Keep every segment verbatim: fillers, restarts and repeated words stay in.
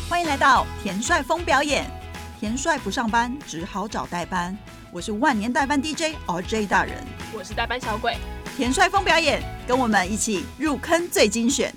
欢迎来到田帅风表演。田帅不上班，只好找代班。我是万年代班 D J R J 大人， 我是代班小鬼。 田帅风表演，跟我们一起入坑最精选。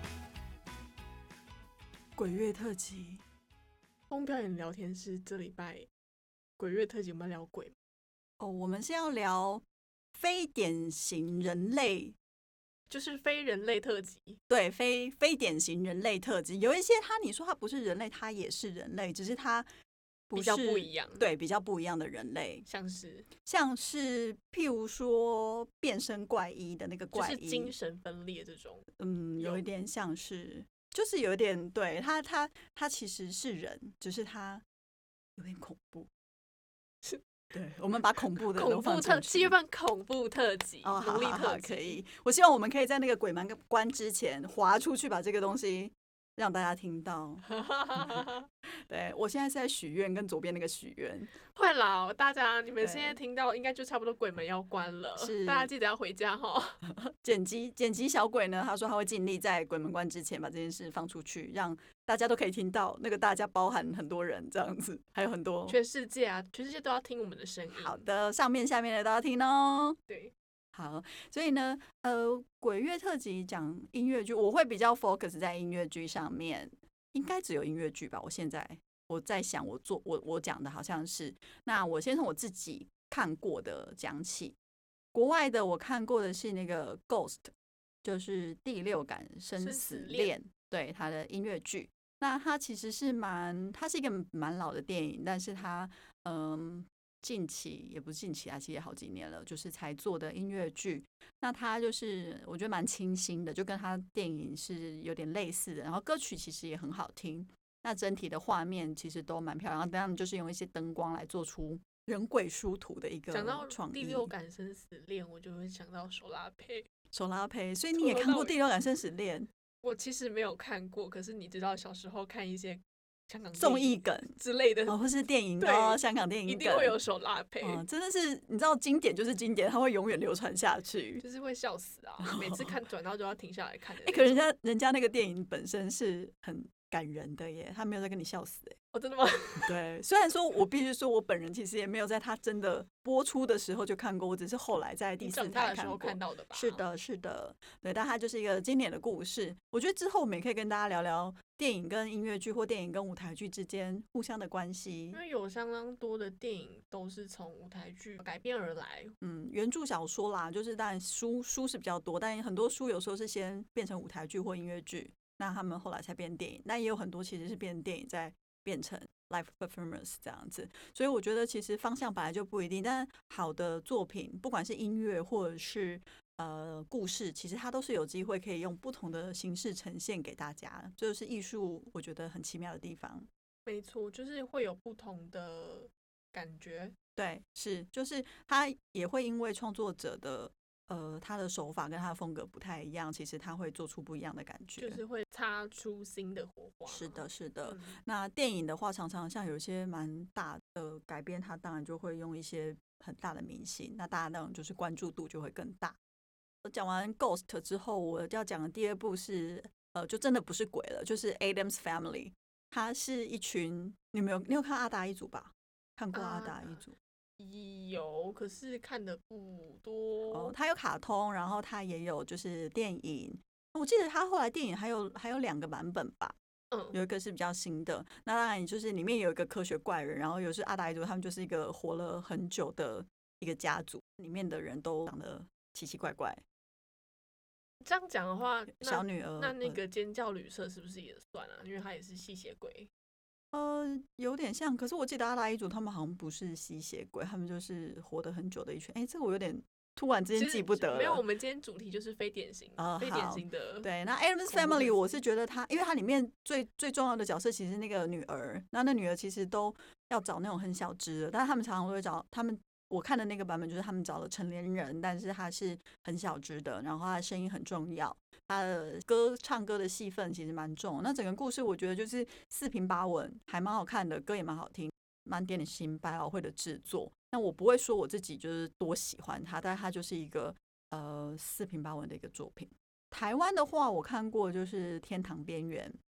鬼月特辑， 风表演聊天室这礼拜鬼月特辑，我们要聊鬼哦，我们是要聊非典型人类。 就是非人类特辑， 对，非非典型人类特辑，有一些他你说他不是人类，他也是人类，只是他不是比较不一样， 对，比较不一样的人类， 像是像是譬如说变身怪医的那个怪医， 就是精神分裂这种， 嗯，有一点像是，就是有一点对他他他其实是人，只是他有点恐怖。对，我们把恐怖的都放进去， 恐怖特七月份恐怖特辑， 哦， 农历特辑可以。我希望我们可以在那个鬼门关之前滑出去，把这个东西让大家听到。对，我现在是在许愿，跟左边那个许愿。 会啦，大家你们现在听到应该就差不多鬼门要关了， 是大家记得要回家哈。 剪辑剪辑小鬼呢，他说他会尽力在鬼门关之前把这件事放出去，让大家都可以听到。那个大家包含很多人这样子，还有很多全世界啊，全世界都要听我们的声音。 好的，上面下面的都要听哦。 对， 好，所以呢，呃，鬼月特辑讲音乐剧，我会比较 focus 在音乐剧上面，应该只有音乐剧吧？我现在我在想我，我做我我讲的好像是，那我先从我自己看过的讲起。国外的我看过的是那个 Ghost， 就是第六感生死恋，对，它的音乐剧。那它其实是蛮，它是一个蛮老的电影，但是它嗯。近期也不是近期啊，其实也好几年了，就是才做的音乐剧。那它就是我觉得蛮清新的，就跟它电影是有点类似的。然后歌曲其实也很好听，那整体的画面其实都蛮漂亮。当然就是用一些灯光来做出人鬼殊途的一个创意。 讲到第六感生死恋，我就会想到手拉胚。 手拉胚，所以你也看过《第六感生死恋》？ 我其实没有看过，可是你知道小时候看一些香港综艺梗之类的， 哦，或是电影哦，香港电影梗一定会有手拉胚、 嗯，真的是你知道经典就是经典，它会永远流传下去， 就是会笑死啊！每次看转到就要停下来看的。 哎、欸，可人家人家那个电影本身是很感人的耶，他没有在跟你笑死哎。 哦，真的吗？ 对，虽然说我必须说，我本人其实也没有在他真的播出的时候就看过，我只是后来在第四台看过。 看到的吧？ 是的，是的，对，但它就是一个经典的故事。我觉得之后我们也可以跟大家聊聊电影跟音乐剧或电影跟舞台剧之间互相的关系， 因为有相当多的电影都是从舞台剧改编而来。 嗯，原著小说啦，就是当然书书是比较多，但很多书有时候是先变成舞台剧或音乐剧，那他们后来才变电影。那也有很多其实是变成电影再变成 live performance 这样子，所以我觉得其实方向本来就不一定，但好的作品，不管是音乐或者是呃故事，其实它都是有机会可以用不同的形式呈现给大家，这就是艺术我觉得很奇妙的地方。 没错，就是会有不同的感觉。 对，是，就是它也会因为创作者的呃，他的手法跟他的风格不太一样，其实他会做出不一样的感觉， 就是会擦出新的火花。 是的，是的。 嗯、 那电影的话，常常像有一些蛮大的改编，它当然就会用一些很大的明星，那大家那种就是关注度就会更大。我讲完 Ghost 之后，我要讲的第二部是呃，就真的不是鬼了，就是 Addams Family。它是一群，你没有你有看阿达一族吧？看过阿达一族？啊有，可是看的不多。 哦，它有卡通，然后它也有就是电影。我记得它后来电影还有还有两个版本吧， 嗯， 有一个是比较新的。那当然就是里面有一个科学怪人，然后有是阿达一族，他们就是一个活了很久的一个家族，里面的人都长得奇奇怪怪。 这样讲的话， 小女儿那那个尖叫旅社是不是也算啊？因为它也是吸血鬼。 呃，有点像，可是我记得阿达一族他们好像不是吸血鬼，他们就是活得很久的一群。哎，这个我有点突然之间记不得了。 没有，我们今天主题就是非典型，呃、非典型的。 对，那 Addams Family 我是觉得他，因为它里面最最重要的角色其实那个女儿，那那女儿其实都要找那种很小只的，但是他们常常都会找他们。我看的那个版本就是他们找了成年人，但是他是很小只的，然后他的声音很重要，他的歌唱歌的戏份其实蛮重。那整个故事我觉得就是四平八稳，还蛮好看的，歌也蛮好听，蛮典型百老汇的制作。那我不会说我自己就是多喜欢他，但是他就是一个呃四平八稳的一个作品。台湾的话，我看过就是《天堂边缘》，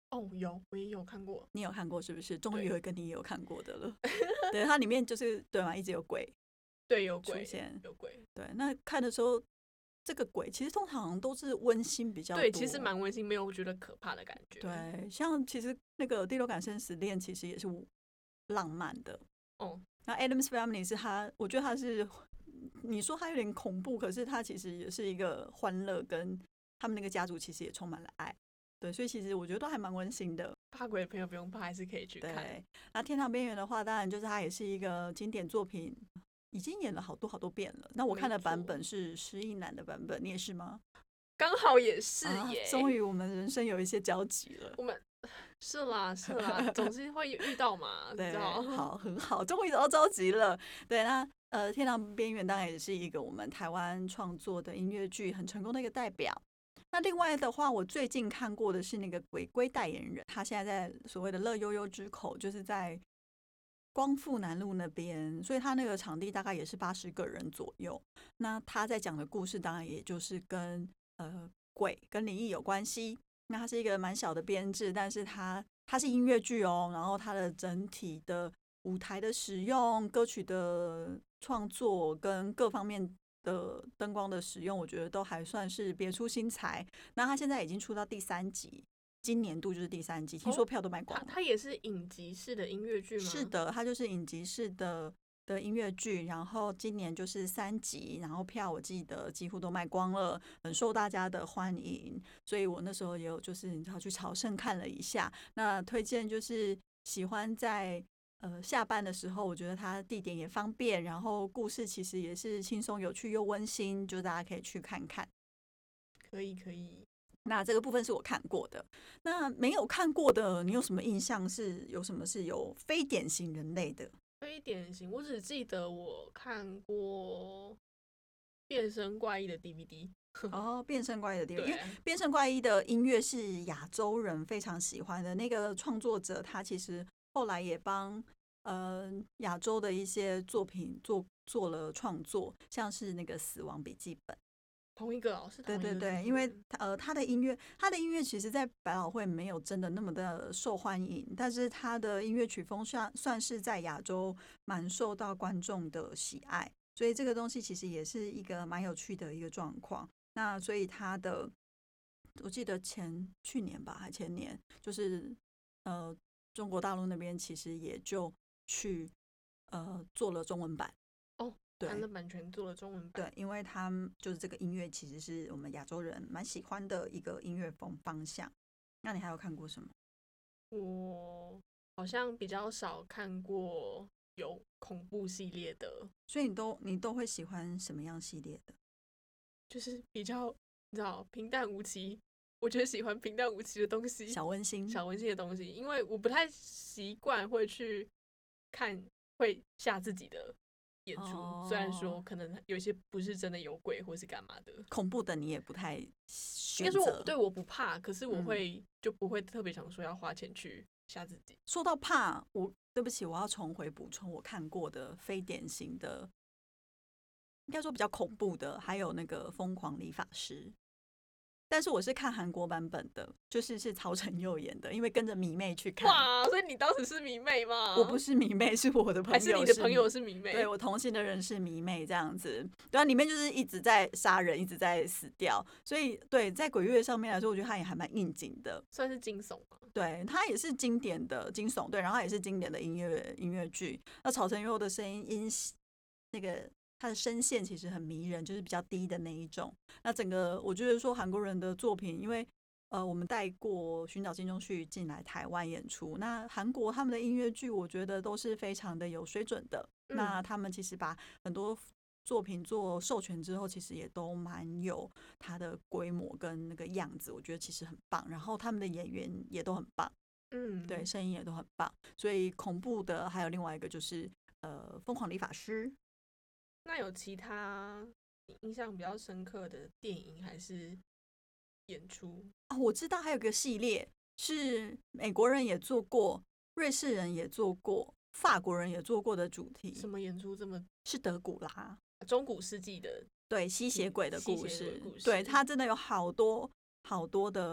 哦，有，我也有看过。 你有看过是不是？终于对有一个你也有看过的了。对，它里面就是对嘛，一直有鬼对，有鬼， 出现。 有鬼。 对，那看的时候，这个鬼其实通常都是温馨比较多。 对，其实蛮温馨，没有觉得可怕的感觉。 对，像其实那个《第六感生死恋》其实也是浪漫的。 哦， 那 Adam's Family 是他，我觉得他是，你说他有点恐怖，可是他其实也是一个欢乐，跟他们那个家族其实也充满了爱。对，所以其实我觉得都还蛮温馨的。 怕鬼的朋友不用怕，还是可以去看。 对，那《天堂边缘》的话，当然就是它也是一个经典作品，已经演了好多好多遍了。那我看的版本是失忆男的版本，你也是吗？ 刚好也是耶。 啊、终于我们人生有一些交集了。 我们是啦是啦，总是会遇到嘛， 对， 知道好，很好，终于找到交集了。对，那呃，《天堂边缘》当然也是一个我们台湾创作的音乐剧很成功的一个代表。那另外的话，我最近看过的是那个《鬼鬼代言人》，他现在在所谓的乐悠悠之口，就是在光复南路那边，所以他那个场地大概也是八十个人左右。那他在讲的故事，当然也就是跟呃鬼跟灵异有关系。那它是一个蛮小的编制，但是它它是音乐剧哦，然后它的整体的舞台的使用、歌曲的创作跟各方面的灯光的使用，我觉得都还算是别出心裁。那他现在已经出到第三集，今年度就是第三集，听说票都卖光了。 它它也是影集式的音乐剧吗？ 是的，它就是影集式的的音乐剧，然后今年就是三集，然后票我记得几乎都卖光了，很受大家的欢迎。所以我那时候也有就是你知道去朝圣看了一下，那推荐就是喜欢在。呃，下班的时候，我觉得它地点也方便，然后故事其实也是轻松有趣又温馨，就大家可以去看看。 可以可以。 那这个部分是我看过的，那没有看过的，你有什么印象？是有什么是有非典型人类的？ 非典型，我只记得我看过《变身怪异》的 D V D。 哦，变身怪异的地方， 对因为变身怪异的音乐是亚洲人非常喜欢的。那个创作者他其实后来也帮呃亚洲的一些作品做做了创作，像是那个《死亡笔记本》。 同一个哦，是同一个对对对，因为呃他的音乐，他的音乐其实在百老汇没有真的那么的受欢迎，但是他的音乐曲风算算是在亚洲蛮受到观众的喜爱，所以这个东西其实也是一个蛮有趣的一个状况。那所以他的，我记得前去年吧，还前年，就是呃中国大陆那边其实也就去呃做了中文版。 哦， 对， 他的版权做了中文版。 对，因为他们就是这个音乐其实是我们亚洲人蛮喜欢的一个音乐风方向。那你还有看过什么？ 我好像比较少看过有恐怖系列的， 所以你都你都会喜欢什么样系列的？ 就是比较你知道平淡无奇。我觉得喜欢平淡无奇的东西， 小温馨、 小温馨的东西，因为我不太习惯会去看会吓自己的演出， 哦、 虽然说可能有些不是真的有鬼或是干嘛的， 恐怖的你也不太选择。 应该说我对我不怕，可是我会、嗯、就不会特别想说要花钱去吓自己。 说到怕，我对不起，我要重回补充我看过的非典型的，应该说比较恐怖的，还有那个疯狂理发师。但是我是看韩国版本的，就是是曹承佑演的，因为跟着迷妹去看。 哇，所以你当时是迷妹吗？ 我不是迷妹，是我的朋友是， 还是你的朋友是迷妹？ 对，我同行的人是迷妹这样子。对啊，里面就是一直在杀人，一直在死掉，所以对，在鬼月上面来说，我觉得它也还蛮应景的， 算是惊悚嘛。 对，它也是经典的惊悚，对，然后它也是经典的音乐音乐剧。那曹承佑的声音音那个。他的声线其实很迷人，就是比较低的那一种。那整个我觉得说韩国人的作品，因为呃我们带过《寻找金钟旭》进来台湾演出，那韩国他们的音乐剧，我觉得都是非常的有水准的。嗯、那他们其实把很多作品做授权之后，其实也都蛮有它的规模跟那个样子，我觉得其实很棒。然后他们的演员也都很棒， 嗯， 对，声音也都很棒。所以恐怖的还有另外一个就是呃疯狂理发师。 那有其他印象比较深刻的电影还是演出啊？我知道还有个系列是美国人也做过，瑞士人也做过，法国人也做过的主题。 什么演出这么？ 是德古拉， 中古世纪的， 对，吸血鬼的故事。 故事对，它真的有好多好多的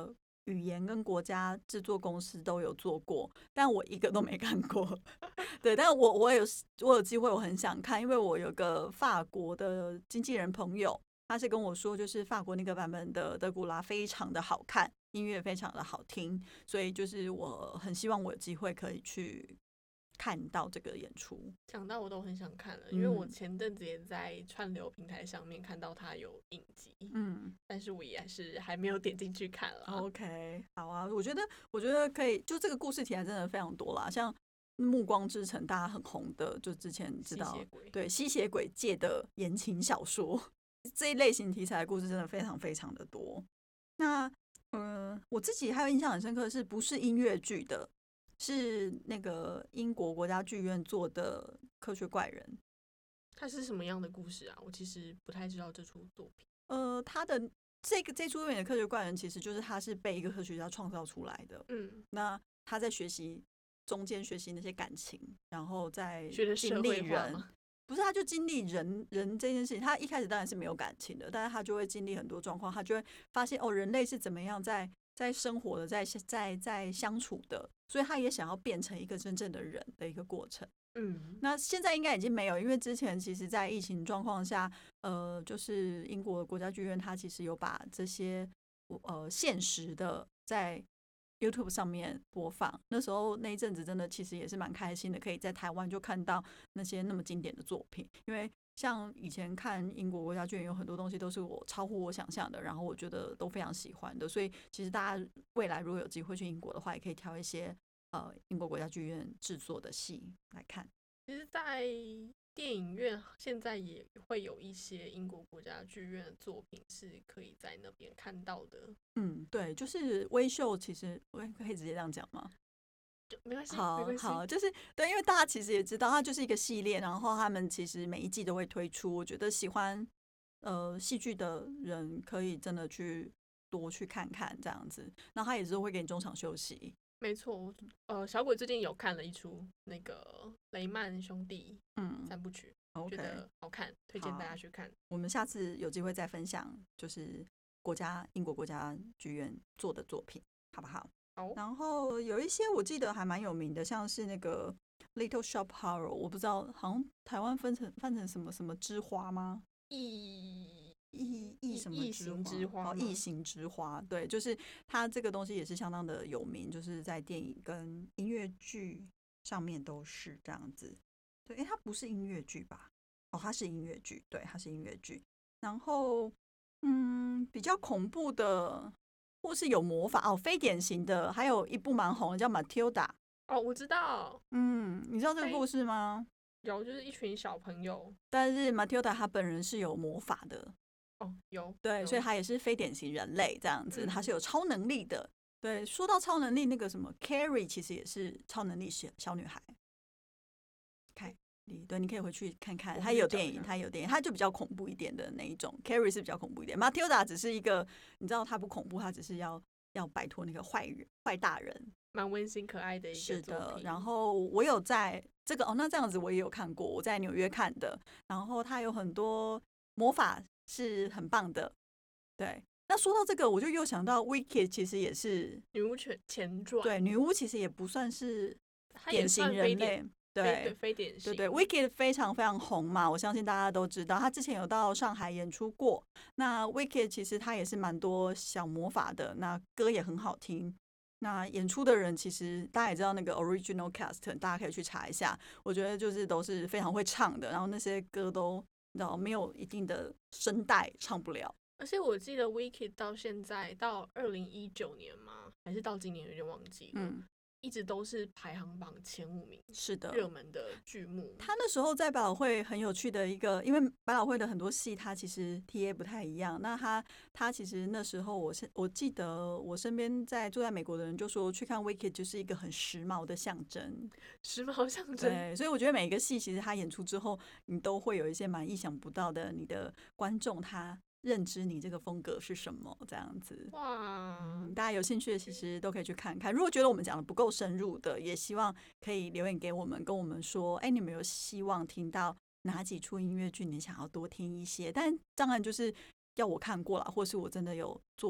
语言跟国家制作公司都有做过，但我一个都没看过。对，但我我有我有机会，我很想看，因为我有个法国的经纪人朋友，他是跟我说，就是法国那个版本的德古拉非常的好看，音乐非常的好听，所以就是我很希望我有机会可以去看到这个演出。 讲到我都很想看了，因为我嗯前阵子也在串流平台上面看到它有影集， 嗯但是我也还是还没有点进去看了。 ，OK，好啊，我觉得我觉得可以，就这个故事题材真的非常多啦，像《暮光之城》大家很红的，就之前知道吸血鬼对吸血鬼界的言情小说这一类型题材的故事真的非常非常的多。那嗯、呃我自己还有印象很深刻的是，不是音乐剧的，是那个英国国家剧院做的《科学怪人》。 它是什么样的故事啊？我其实不太知道这出作品。 呃，他的这个这出电影的科学怪人，其实就是他是被一个科学家创造出来的。 嗯， 那他在学习中间学习那些感情，然后再学的社经历人， 会化吗？ 不是他就经历人人这件事情。他一开始当然是没有感情的，但是他就会经历很多状况，他就会发现哦，人类是怎么样在在生活的，在在在相处的，所以他也想要变成一个真正的人的一个过程。 嗯， 那现在应该已经没有，因为之前其实，在疫情状况下，呃，就是英国国家剧院，它其实有把这些呃现实的在 YouTube 上面播放。那时候那一阵子真的其实也是蛮开心的，可以在台湾就看到那些那么经典的作品。因为像以前看英国国家剧院，有很多东西都是我超乎我想象的，然后我觉得都非常喜欢的。所以其实大家未来如果有机会去英国的话，也可以挑一些呃英国国家剧院制作的戏来看。 其实，在电影院现在也会有一些英国国家剧院的作品是可以在那边看到的。 嗯，对，就是微秀，其实我可以直接这样讲吗？ 就没关系，没好关系。 好，就是对，因为大家其实也知道，它就是一个系列，然后他们其实每一季都会推出。我觉得喜欢呃戏剧的人可以真的去多去看看这样子。那他也是会给你中场休息。 没错，呃，小鬼最近有看了一出那个雷曼兄弟嗯三部曲，觉 ，OK， 得好看，推荐好大家去看。 我们下次有机会再分享，就是国家英国国家剧院做的作品，好不好？ 好， 然后有一些我记得还蛮有名的，像是那个 Little Shop Horror，我不知道，好像台湾分成翻成什么什么之花吗？ 异异异什么异形之花哦， 吗异形之花，对，就是它这个东西也是相当的有名，就是在电影跟音乐剧上面都是这样子。对，诶，它不是音乐剧吧？哦，它是音乐剧，对，它是音乐剧。然后，嗯，比较恐怖的，或是有魔法哦，非典型的，还有一部蛮红的叫《Matilda》。 哦，我知道， 嗯，你知道这个故事吗？ 有就是一群小朋友， 但是 Matilda 她本人是有魔法的， 哦，有， 对， 有所以她也是非典型人类这样子， 嗯她是有超能力的。对，说到超能力，那个什么 Carrie 其实也是超能力小小女孩。凯莉，对，你可以回去看看， 我她也有电影， 回去找一下她有电影，她就比较恐怖一点的那一种。Carrie 是比较恐怖一点，Matilda 只是一个，你知道她不恐怖，她只是要要摆脱那个坏人坏大人。 蛮温馨可爱的一是的， 个作品。 然后我有在这个哦，那这样子我也有看过，我在纽约看的，然后它有很多魔法是很棒的。对，那说到这个，我就又想到 Wicked 其实也是女巫前前传， 对，女巫其实也不算是它也典型算非人典类， 非对对。 非典型， 对对，Wicked 非常非常红嘛，我相信大家都知道，他之前有到上海演出过。那 Wicked 其实他也是蛮多小魔法的，那歌也很好听。那演出的人其实大家也知道那个 original cast， 大家可以去查一下。我觉得就是都是非常会唱的，然后那些歌都你知道没有一定的声带唱不了。 而且我记得 Wicked 到现在到二零一九年吗？还是到今年有点忘记了， 嗯， 一直都是排行榜前五名是的， 热门的剧目。 他那时候在百老汇很有趣的一个，因为百老汇的很多戏，它其实 T A 不太一样。那他他其实那时候我是我记得我身边在住在美国的人就说，去看 Wicked 就是一个很时髦的象征。 时髦象征， 对，所以我觉得每一个戏其实他演出之后，你都会有一些蛮意想不到的，你的观众他认知你这个风格是什么这样子。 哇， 嗯，大家有兴趣的其实都可以去看看。如果觉得我们讲的不够深入的，也希望可以留言给我们，跟我们说，哎，你们有希望听到哪几出音乐剧，你想要多听一些？但当然就是要我看过了，或是我真的有做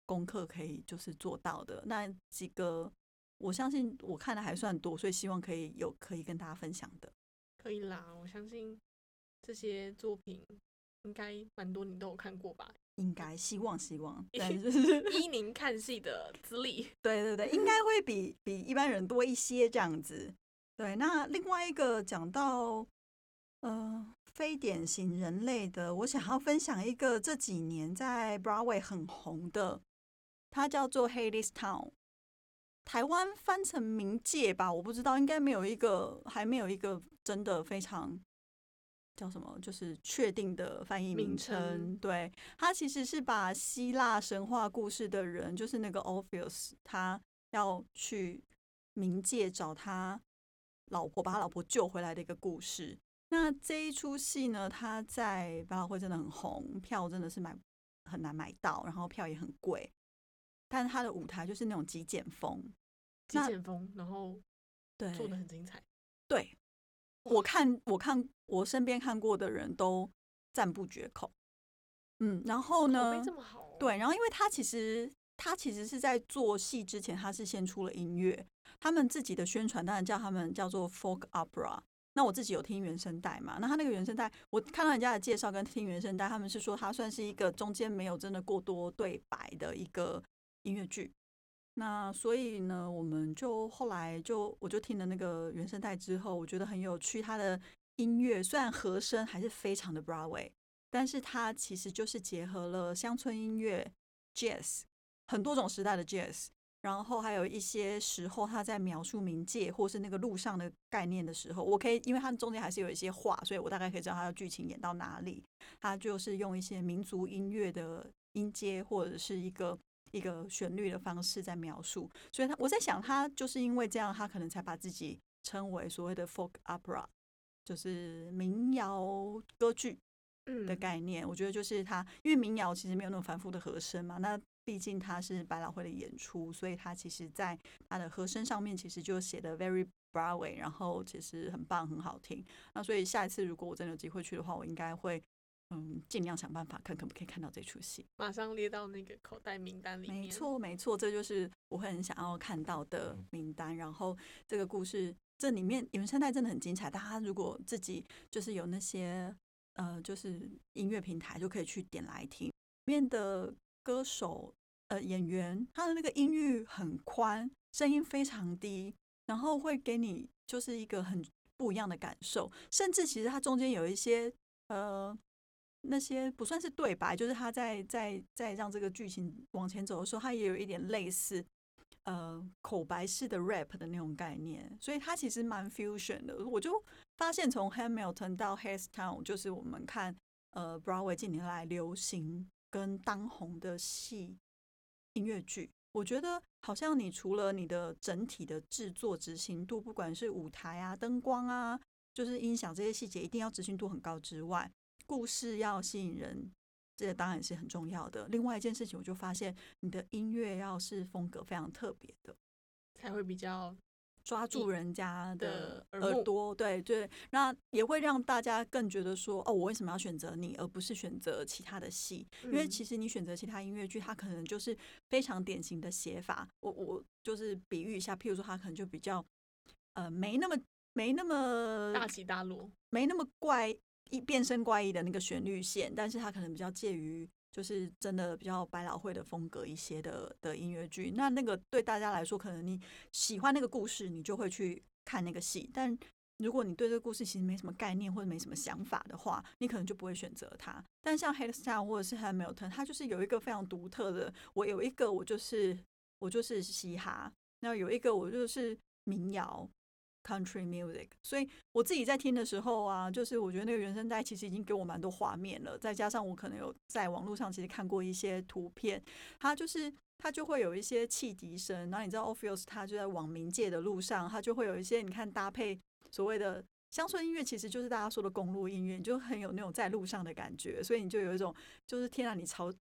功课可以就是做到的。那几个我相信我看的还算多，所以希望可以有可以跟大家分享的。 可以啦，我相信这些作品应该蛮多你都有看过吧？ 应该希望希望，但是依您看戏的资历， 对对对，应该会比比一般人多一些这样子。对，那另外一个讲到呃非典型人类的，我想要分享一个这几年在 Broadway 很红的，它叫做 Hadestown， 台湾翻成冥界吧，我不知道，应该没有一个还没有一个真的非常叫什么，就是确定的翻译名称。对，他其实是把希腊神话故事的人，就是那个 Orpheus， 他要去冥界找他老婆，把他老婆救回来的一个故事。那这一出戏呢，他在百老汇真的很红，票真的是买很难买到，然后票也很贵。但是他的舞台就是那种极简风， 极简风，然后对做的很精彩。 对，我看我看我身边看过的人都赞不绝口。嗯，然后呢， 口碑这么好哦， 对，然后因为他其实他其实是在做戏之前，他是先出了音乐，他们自己的宣传当然叫他们叫做 folk opera。那我自己有听原声带嘛，那他那个原声带，我看到人家的介绍跟听原声带，他们是说他算是一个中间没有真的过多对白的一个音乐剧。那所以呢，我们就后来就我就听了那个原声带之后，我觉得很有趣。他的音乐虽然和声还是非常的 Broadway， 但是它其实就是结合了乡村音乐、Jazz 很多种时代的 Jazz， 然后还有一些时候他在描述冥界或是那个路上的概念的时候，我可以因为它中间还是有一些话，所以我大概可以知道它的剧情演到哪里。它就是用一些民族音乐的音阶或者是一个。一个旋律的方式在描述，所以他我在想，他就是因为这样，他可能才把自己称为所谓的 folk opera， 就是民谣歌剧的概念。嗯、我觉得就是他，因为民谣其实没有那种繁复的和声嘛，那毕竟他是百老汇的演出，所以他其实在他的和声上面其实就写的 very Broadway， 然后其实很棒，很好听。那所以下一次如果我真的有机会去的话，我应该会。嗯，尽量想办法看可不可以看到这出戏， 马上列到那个口袋名单里面。 没错，没错，这就是我会很想要看到的名单。然后这个故事这里面原声带真的很精彩，大家如果自己就是有那些呃，就是音乐平台就可以去点来听。里面的歌手呃演员，他的那个音域很宽，声音非常低，然后会给你就是一个很不一样的感受。甚至其实它中间有一些呃。那些不算是对白，就是他在在在让这个剧情往前走的时候，他也有一点类似呃口白式的 rap 的那种概念，所以他其实蛮 fusion 的。我就发现从 Hamilton 到 Hadestown， 就是我们看呃 Broadway 近年来流行跟当红的戏音乐剧，我觉得好像你除了你的整体的制作执行度，不管是舞台啊、灯光啊，就是音响这些细节一定要执行度很高之外，故事要吸引人，这当然是很重要的。另外一件事情，我就发现你的音乐要是风格非常特别的， 才会比较抓住人家的耳朵。对对，那也会让大家更觉得说，哦，我为什么要选择你，而不是选择其他的戏？因为其实你选择其他音乐剧，它可能就是非常典型的写法。我我就是比喻一下，譬如说，它可能就比较呃没那么没那么大起大落， 没那么怪。一变身怪异的那个旋律线，但是它可能比较介于就是真的比较百老汇的风格一些的的音乐剧。那那个对大家来说，可能你喜欢那个故事，你就会去看那个戏。但如果你对这个故事其实没什么概念或者没什么想法的话，你可能就不会选择它。但像 Hadestown 或者是 Hamilton， 它就是有一个非常独特的。我有一个我就是我就是嘻哈，那有一个我就是民谣。Country music， 所以我自己在听的时候啊，就是我觉得那个原声带其实已经给我蛮多画面了，再加上我可能有在网络上其实看过一些图片，它就是它就会有一些汽笛声，然后你知道 Orpheus 他就在往冥界的路上，它就会有一些你看搭配所谓的乡村音乐，其实就是大家说的公路音乐，你就很有那种在路上的感觉，所以你就有一种就是天啊，你朝你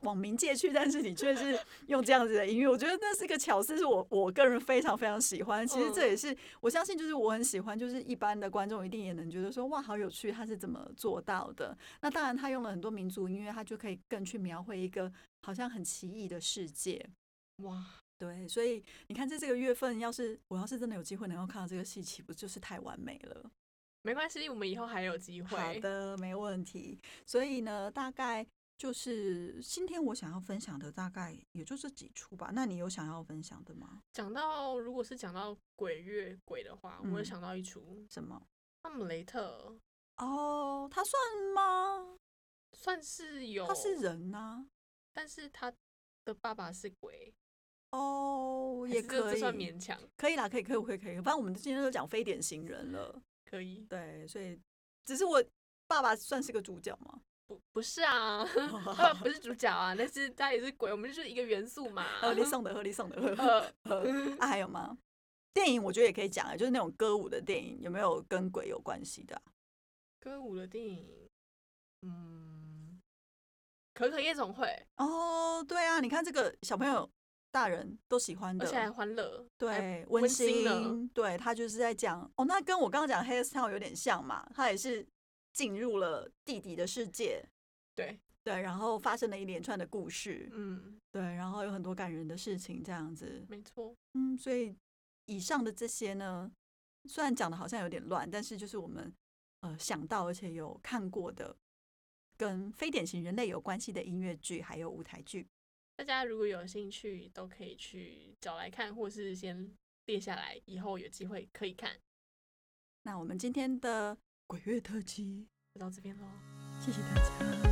往冥界去，但是你却是用这样子的音乐，我觉得那是一个巧思，是我我个人非常非常喜欢。其实这也是我相信，就是我很喜欢，就是一般的观众一定也能觉得说，哇，好有趣，他是怎么做到的？那当然，他用了很多民族音乐，他就可以更去描绘一个好像很奇异的世界。 哇， 对，所以你看，在这个月份，要是我要是真的有机会能够看到这个戏，岂不就是太完美了？ 没关系，我们以后还有机会。 好的，没问题。所以呢，大概就是今天我想要分享的，大概也就这几出吧。那你有想要分享的吗？ 讲到如果是讲到鬼月鬼的话， 嗯我有想到一出什么？ 哈姆雷特， 哦，他算吗？ 算是有， 他是人呐、 但是他的爸爸是鬼， 哦， 还是这也可以， 这算勉强， 可以啦，可以，可以，可以，可以。反正我们今天都讲非典型人了， 可以。 对，所以只是我爸爸算是个主角吗？ 不不是啊，他不是主角啊，但是他也是鬼，我们就是一个元素嘛。 合理送的，合理送的，呵呃， 呵。啊，还有吗？电影我觉得也可以讲啊，就是那种歌舞的电影，有没有跟鬼有关系的啊？ 歌舞的电影，嗯，可可夜总会， 哦，对啊，你看这个小朋友、大人都喜欢而且还的， 欢乐，还对， 温温馨呢。 馨，对，他就是在讲哦，那跟我刚刚讲《Hades Town》有点像嘛，他也是进入了地底的世界， 对， 对，然后发生了一连串的故事， 嗯， 对，然后有很多感人的事情这样子， 没错。 嗯，所以以上的这些呢，虽然讲的好像有点乱，但是就是我们呃想到而且有看过的跟非典型人类有关系的音乐剧，还有舞台剧。 大家如果有兴趣，都可以去找来看，或是先列下来，以后有机会可以看。 那我们今天的鬼月特辑就到这边喽， 谢谢大家。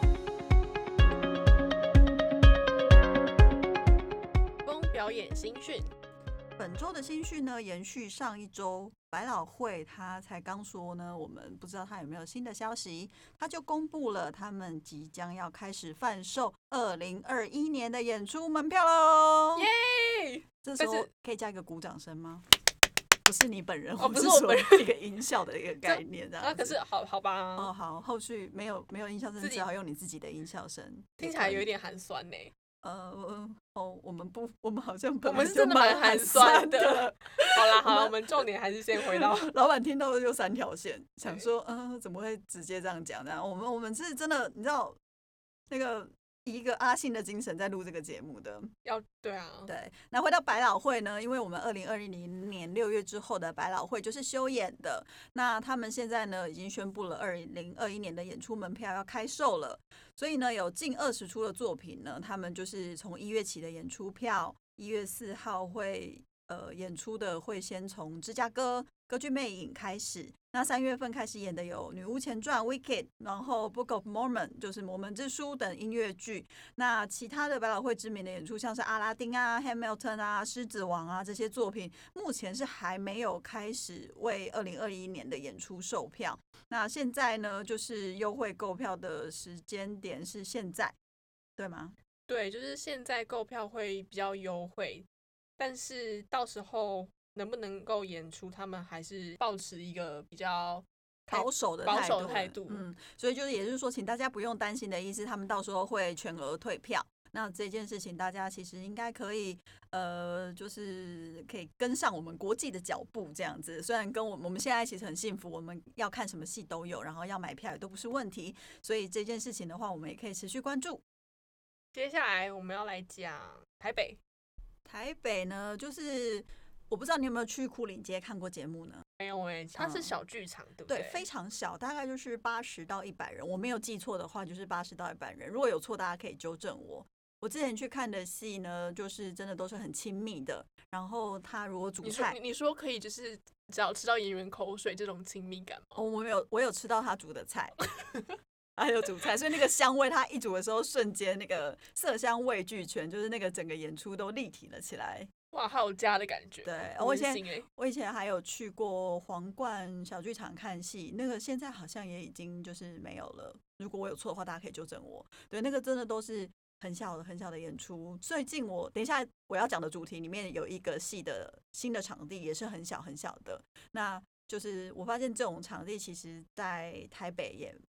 风表演新讯， 本周的新讯呢，延续上一周百老汇他才刚说呢，我们不知道他有没有新的消息，他就公布了他们即将要开始贩售二零二一年的演出门票喽！ 耶！ 这时候但是可以加一个鼓掌声吗？不是你本人， 哦不是是说我本人一个音效的一个概念，这样子。 啊，可是好好吧， 哦，好，后续没有没有音效声， 自己只好用你自己的音效声， 听起来有一点寒酸呢。 呃哦，我们不，我们好像我本来们是真的就蛮蛮寒酸酸的。好啦好啦，我们重点还是先回到老板听到的就三条线，想说，嗯、呃，怎么会直接这样讲呢？我们我们是真的，你知道，那个以一个阿信的精神在录这个节目的。 要对啊， 对，那回到百老汇呢，因为我们二零二零年六月之后的百老汇就是休演的，那他们现在呢已经宣布了二零二一年的演出门票要开售了，所以呢有近二十出的作品呢，他们就是从一月起的演出票，一月四号会呃演出的会先从芝加哥歌剧魅影开始，那三月份开始演的有《女巫前传》Wicked， 然后《Book of Mormon》就是摩门之书等音乐剧。那其他的百老汇知名的演出，像是阿拉丁啊、Hamilton 啊、狮子王啊这些作品，目前是还没有开始为二零二一年的演出售票。那现在呢，就是优惠购票的时间点是现在，对吗？ 对，就是现在购票会比较优惠，但是到时候能不能够演出，他们还是保持一个比较保守的保态度， 守的态度。 嗯，所以就是也就是说，请大家不用担心的意思，他们到时候会全额退票。那这件事情，大家其实应该可以，呃，就是可以跟上我们国际的脚步，这样子。虽然跟我们我们现在其实很幸福，我们要看什么戏都有，然后要买票也都不是问题。所以这件事情的话，我们也可以持续关注。 接下来我们要来讲台北。 台北呢，就是我不知道你有没有去牯岭街看过节目呢？ 没有哎、欸，它是小剧场、嗯，对不对？ 对，非常小，大概就是八十到一百人。我没有记错的话，就是八十到一百人。如果有错，大家可以纠正我。我之前去看的戏呢，就是真的都是很亲密的。然后他如果煮菜， 你说你说可以，就是只要吃到演员口水这种亲密感吗？ 哦，我有我有吃到他煮的菜。还有煮菜，所以那个香味，它一煮的时候，瞬间那个色香味俱全，就是那个整个演出都立体了起来。 哇，好有家的感觉。 对，我以前、 欸、 我以前还有去过皇冠小剧场看戏，那个现在好像也已经就是没有了。如果我有错的话，大家可以纠正我。对，那个真的都是很小的很小的演出。最近我等一下我要讲的主题里面有一个戏的新的场地，也是很小很小的。那就是我发现这种场地其实在台北也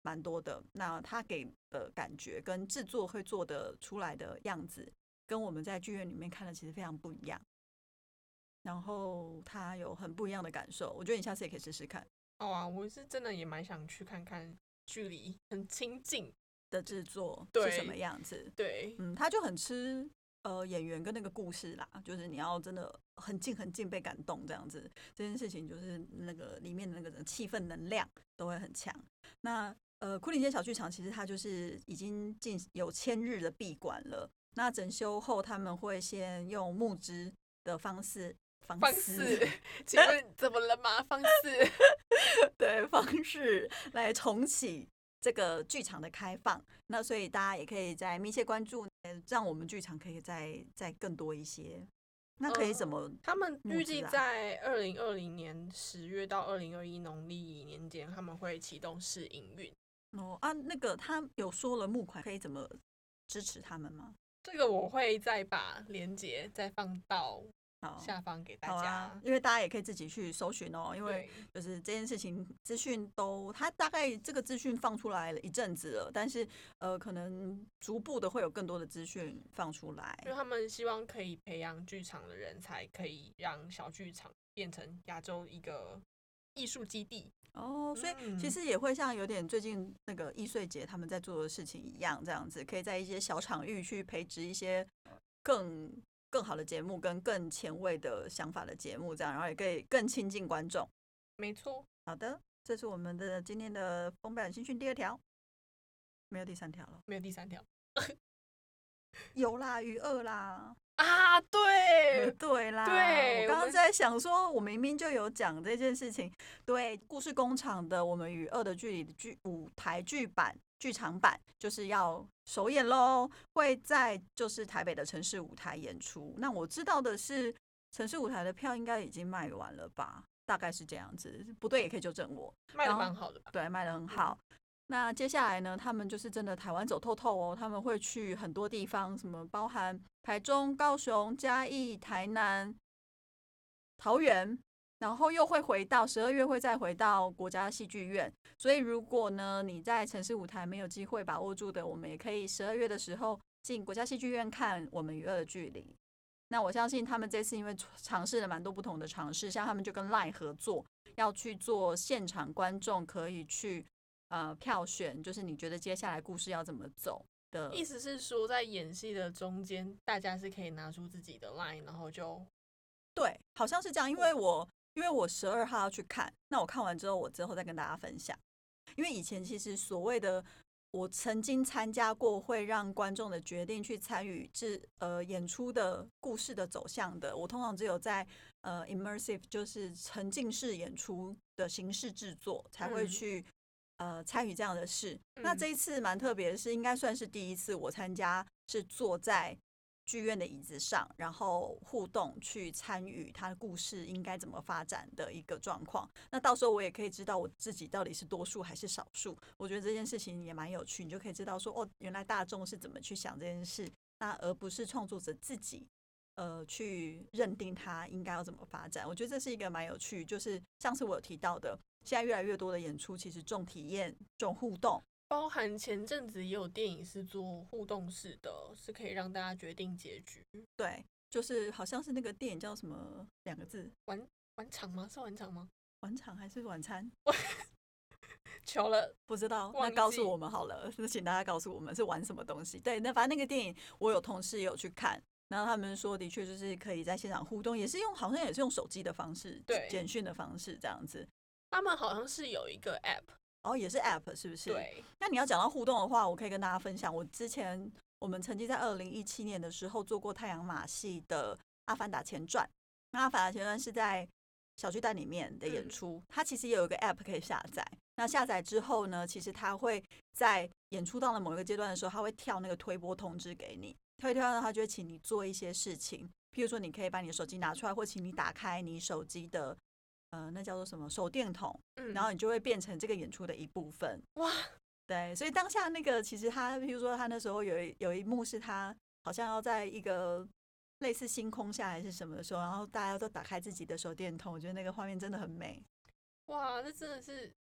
蛮多的。那他给的感觉跟制作会做的出来的样子，跟我们在剧院里面看的其实非常不一样。然后他有很不一样的感受，我觉得你下次也可以试试看。 好啊，我是真的也蛮想去看看距离很亲近的制作是什么样子。 对， 嗯，他就很吃呃演员跟那个故事啦，就是你要真的很近很近被感动这样子，这件事情就是那个里面的那个气氛能量都会很强。那呃，牯岭街小剧场其实它就是已经进有千日的闭馆了。那整修后他们会先用募资的方式。 方式，请问怎么了吗？方式， 对，方式来重启这个剧场的开放。那所以大家也可以在密切关注，让我们剧场可以再再更多一些。那可以怎么、啊呃？ 他们预计在二零二零年十月到二零二一农历年间，他们会启动试营运。 哦啊，那个他有说了募款可以怎么支持他们吗？ 这个我会再把链接再放到下方给大家、 啊，因为大家也可以自己去搜寻哦。因为就是这件事情资讯都，他大概这个资讯放出来了一阵子了，但是呃，可能逐步的会有更多的资讯放出来。 因为他们希望可以培养剧场的人才，可以让小剧场变成亚洲一个艺术基地。 哦，所以其实也会像有点最近那个艺穗节他们在做的事情一样，这样子可以在一些小场域去培植一些更。更好的节目跟更前卫的想法的节目，这样然后也可以更亲近观众。 没错， 好的，这是我们的今天的封面新讯第二条，没有第三条了， 没有第三条， 有啦，余二啦。 啊，对对啦， 对， 我刚刚在想说，我明明就有讲这件事情。对，故事工厂的我们与恶的距离的剧舞台剧版剧场版就是要首演喽，会在就是台北的城市舞台演出。那我知道的是，城市舞台的票应该已经卖完了吧？大概是这样子，不对也可以纠正我。 卖的蛮好的吧？ 对，卖的很好。那接下来呢，他们就是真的台湾走透透哦，他们会去很多地方，什么包含台中、高雄、嘉义、台南、桃园，然后又会回到十二月会再回到国家戏剧院。所以如果呢你在城市舞台没有机会把握住的，我们也可以十二月的时候进国家戏剧院看我们与恶的距离。那我相信他们这次因为尝试了蛮多不同的尝试，像他们就跟 Line 合作，要去做现场观众可以去。呃，票选就是你觉得接下来故事要怎么走的意思是说，在演戏的中间，大家是可以拿出自己的 line， 然后就对，好像是这样。因为我因为我十二号要去看，那我看完之后，我之后再跟大家分享。因为以前其实所谓的我曾经参加过会让观众的决定去参与制呃演出的故事的走向的，我通常只有在呃 immersive 就是沉浸式演出的形式制作才会去。嗯呃，参与这样的事，那这一次蛮特别的是，应该算是第一次我参加是坐在剧院的椅子上，然后互动去参与他的故事应该怎么发展的一个状况。那到时候我也可以知道我自己到底是多数还是少数。我觉得这件事情也蛮有趣，你就可以知道说，哦，原来大众是怎么去想这件事，那而不是创作者自己。呃，去认定它应该要怎么发展，我觉得这是一个蛮有趣。就是上次我有提到的，现在越来越多的演出其实重体验、重互动， 包含前阵子也有电影是做互动式的，是可以让大家决定结局。 对，就是好像是那个电影叫什么两个字？ 晚晚场吗？是晚场吗？ 晚场还是晚餐？ 求了， 不知道，那告诉我们好了，请大家告诉我们是玩什么东西。对，那反正那个电影我有同事也有去看。然后他们说，的确就是可以在现场互动，也是用好像也是用手机的方式，对，简讯的方式这样子。 他们好像是有一个 app， 哦，也是 app 是不是？ 对。 那你要讲到互动的话，我可以跟大家分享，我之前我们曾经在二零一七年的时候做过太阳马戏的《阿凡达前传》，那《阿凡达前传》是在小巨蛋里面的演出，嗯、它其实也有一个 app 可以下载。那下载之后呢，其实它会在演出到了某一个阶段的时候，它会跳那个推播通知给你。推推到他就会请你做一些事情，譬如说你可以把你的手机拿出来，或请你打开你手机的呃那叫做什么手电筒，嗯、然后你就会变成这个演出的一部分。哇，对，所以当下那个其实他，譬如说他那时候有一有一幕是他好像要在一个类似星空下还是什么的时候，然后大家都打开自己的手电筒，我觉得那个画面真的很美。 哇，这真的是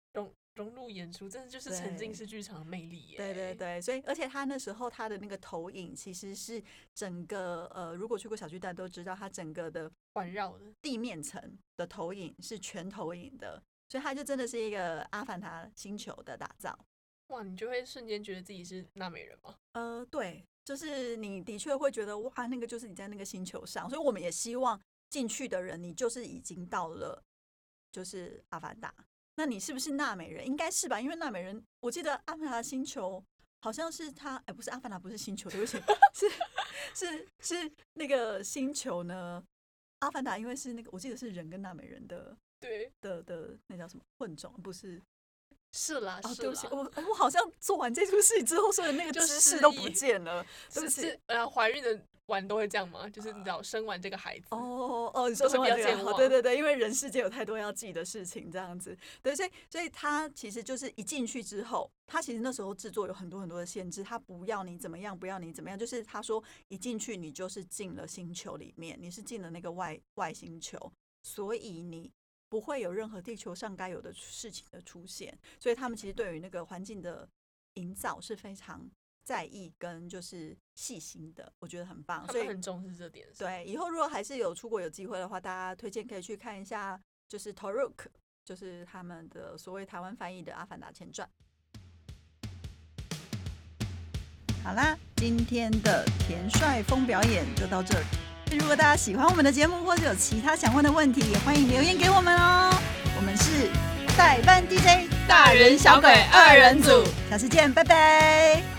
融融入演出，真的就是沉浸式剧场的魅力耶。 对对对，所以而且他那时候他的那个投影其实是整个呃，如果去过小巨蛋都知道，他整个的环绕的地面层的投影是全投影的，所以他就真的是一个阿凡达星球的打造。 哇，你就会瞬间觉得自己是纳美人吗？ 呃，对，就是你的确会觉得哇，那个就是你在那个星球上，所以我们也希望进去的人，你就是已经到了就是阿凡达。那你是不是纳美人？应该是吧，因为纳美人，我记得阿凡达星球好像是他，哎、欸，不是阿凡达，不是星球，对不起，是是是那个星球呢。阿凡达因为是那个，我记得是人跟纳美人的， 对的的那叫什么混种，不是。 是啦， 哦， 是对不起， 啦， 我我好像做完这出戏之后，所有那个就知识都不见了，对不起。 是是呃，怀孕的完都会这样吗？就是你知道生完这个孩子， 哦哦，你说都会比较健忘， 对对对，因为人世间有太多要记的事情，这样子，对，所以所以他其实就是一进去之后，他其实那时候制作有很多很多的限制，他不要你怎么样，不要你怎么样，就是他说一进去你就是进了星球里面，你是进了那个外外星球，所以你不会有任何地球上该有的事情的出现，所以他们其实对于那个环境的营造是非常在意跟就是细心的，我觉得很棒， 他们很重视这点。 对，以后如果还是有出国有机会的话，大家推荐可以去看一下，就是 Toruk， 就是他们的所谓台湾翻译的《阿凡达前传》。好啦，今天的田帅风表演就到这里。如果大家喜欢我们的节目，或者有其他想问的问题，也欢迎留言给我们哦。我们是代班 D J 大人小鬼二人组， 下次见，拜拜。